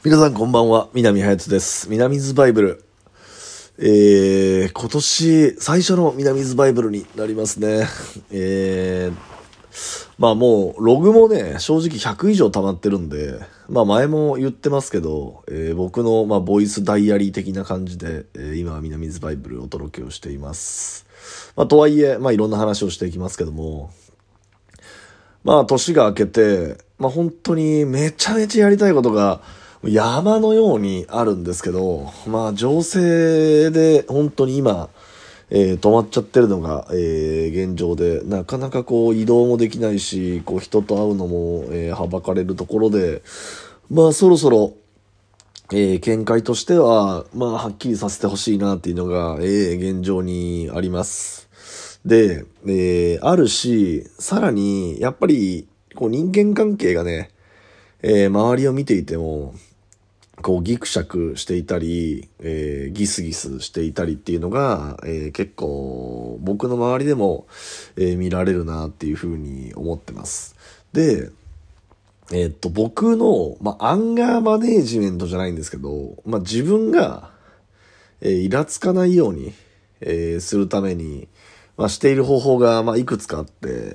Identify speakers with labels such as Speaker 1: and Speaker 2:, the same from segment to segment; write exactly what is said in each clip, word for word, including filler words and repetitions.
Speaker 1: 皆さんこんばんは、南隼人です。南ズバイブル。えー、今年最初の南ズバイブルになりますね。えー、まあもうログもね、正直ひゃく以上溜まってるんで、まあ前も言ってますけど、えー、僕のまあボイスダイアリー的な感じで、えー、今は南ズバイブルをお届けをしています。まあとはいえ、まあいろんな話をしていきますけども、まあ年が明けて、まあ本当にめちゃめちゃやりたいことが、山のようにあるんですけど、まあ情勢で本当に今、えー、止まっちゃってるのが、えー、現状で、なかなかこう移動もできないし、こう人と会うのも、えー、はばかれるところで、まあそろそろ、えー、見解としては、まあはっきりさせてほしいなっていうのが、えー、現状にあります。で、えー、あるし、さらに、やっぱり、こう人間関係がね、えー、周りを見ていても、こうギクシャクしていたり、えー、ギスギスしていたりっていうのが、えー、結構僕の周りでも、えー、見られるなっていうふうに思ってます。で、えー、っと僕の、まあ、アンガーマネージメントじゃないんですけど、まあ、自分が、えー、イラつかないように、えー、するために、まあ、している方法が、まあ、いくつかあって、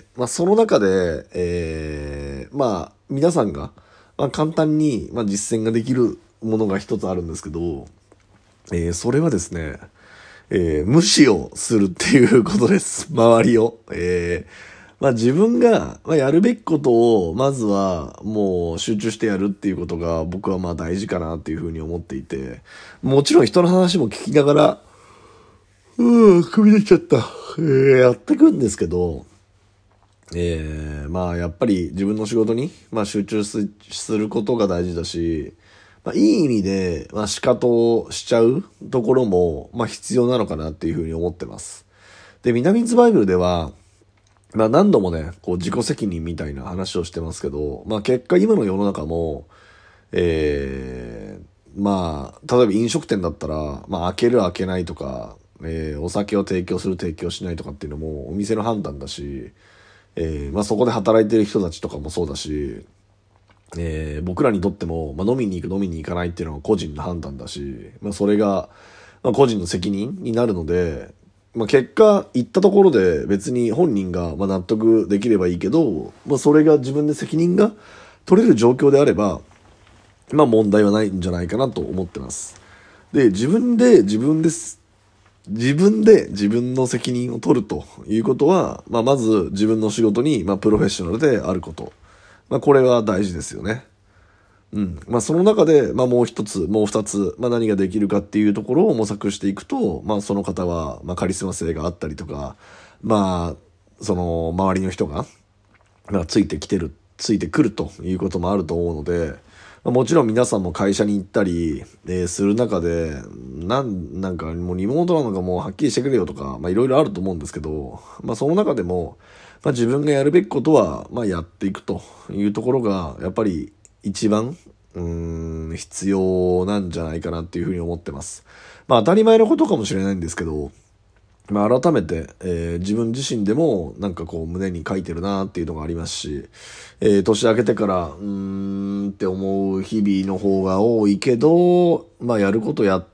Speaker 1: まあ、その中で、えー、まあ、皆さんが、まあ、簡単に、まあ、実践ができるものが一つあるんですけど、えー、それはですね、えー、無視をするっていうことです。周りを。えー、まあ自分が、まあ、やるべきことを、まずはもう集中してやるっていうことが僕はまあ大事かなっていうふうに思っていて、もちろん人の話も聞きながら、うーん、首できちゃった。えー、やってくんですけど、えー、まあやっぱり自分の仕事に、まあ、集中することが大事だし、まあ、いい意味で、まあ、仕方をしちゃうところも、まあ、必要なのかなっていうふうに思ってます。で、南ズバイブルでは、まあ、何度もね、こう、自己責任みたいな話をしてますけど、まあ、結果今の世の中も、えー、まあ、例えば飲食店だったら、まあ、開ける開けないとか、えー、お酒を提供する提供しないとかっていうのもお店の判断だし、えー、まあ、そこで働いてる人たちとかもそうだし、えー、僕らにとっても、まあ、飲みに行く飲みに行かないっていうのは個人の判断だし、まあ、それが、まあ、個人の責任になるので、まあ、結果行ったところで別に本人がまあ納得できればいいけど、まあ、それが自分で責任が取れる状況であれば、まあ、問題はないんじゃないかなと思ってます。で、自分で自分です自分で自分の責任を取るということは、まあ、まず自分の仕事にまあプロフェッショナルであること、まあ、これは大事ですよね。うん。まあ、その中で、まあ、もう一つ、もう二つ、まあ、何ができるかっていうところを模索していくと、まあ、その方は、まあ、カリスマ性があったりとか、まあ、その、周りの人が、まあ、ついてきてる、ついてくるということもあると思うので、まあ、もちろん皆さんも会社に行ったり、えー、する中で、なん、なんかもうリモートなのかもうはっきりしてくれよとか、まあ、いろいろあると思うんですけど、まあ、その中でも、まあ、自分がやるべきことは、まあ、やっていくというところが、やっぱり、一番、うーん、必要なんじゃないかなっていうふうに思ってます。まあ当たり前のことかもしれないんですけど、まあ改めて、えー自分自身でもなんかこう胸に書いてるなっていうのがありますし、えー年明けてから、うーんって思う日々の方が多いけど、まあやることやって、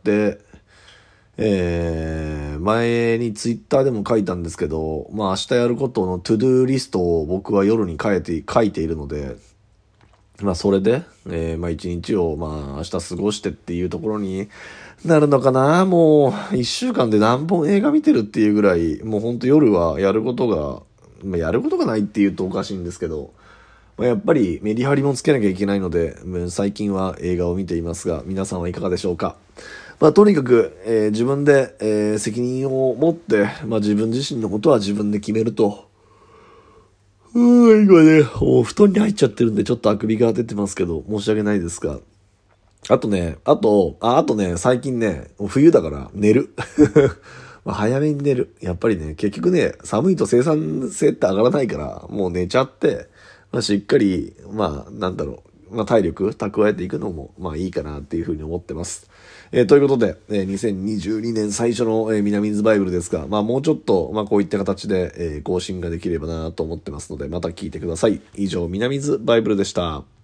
Speaker 1: えー、前にツイッターでも書いたんですけど、まあ明日やることのトゥドゥーリストを僕は夜に書いて、書いているので、まあそれで、えー、まあ一日をまあ明日過ごしてっていうところになるのかな。もう一週間で何本映画見てるっていうぐらい、もうほんと夜はやることが、まあやることがないって言うとおかしいんですけど、まあ、やっぱりメリハリもつけなきゃいけないので、最近は映画を見ていますが、皆さんはいかがでしょうか。まあとにかく、えー、自分で、えー、責任を持って、まあ自分自身のことは自分で決めると。うーん、今ね、もう布団に入っちゃってるんでちょっとあくびが出てますけど、申し訳ないですが。あとね、あと、あ、あとね、最近ね、もう冬だから寝る。まあ早めに寝る。やっぱりね、結局ね、寒いと生産性って上がらないから、もう寝ちゃって、まあしっかり、まあなんだろう、まあ体力蓄えていくのも、まあいいかなっていうふうに思ってます。えー、ということで、えー、にせんにじゅうにねん最初の、えー、南ズバイブルですが、まあもうちょっと、まあこういった形で、えー、更新ができればなと思ってますので、また聞いてください。以上、南ズバイブルでした。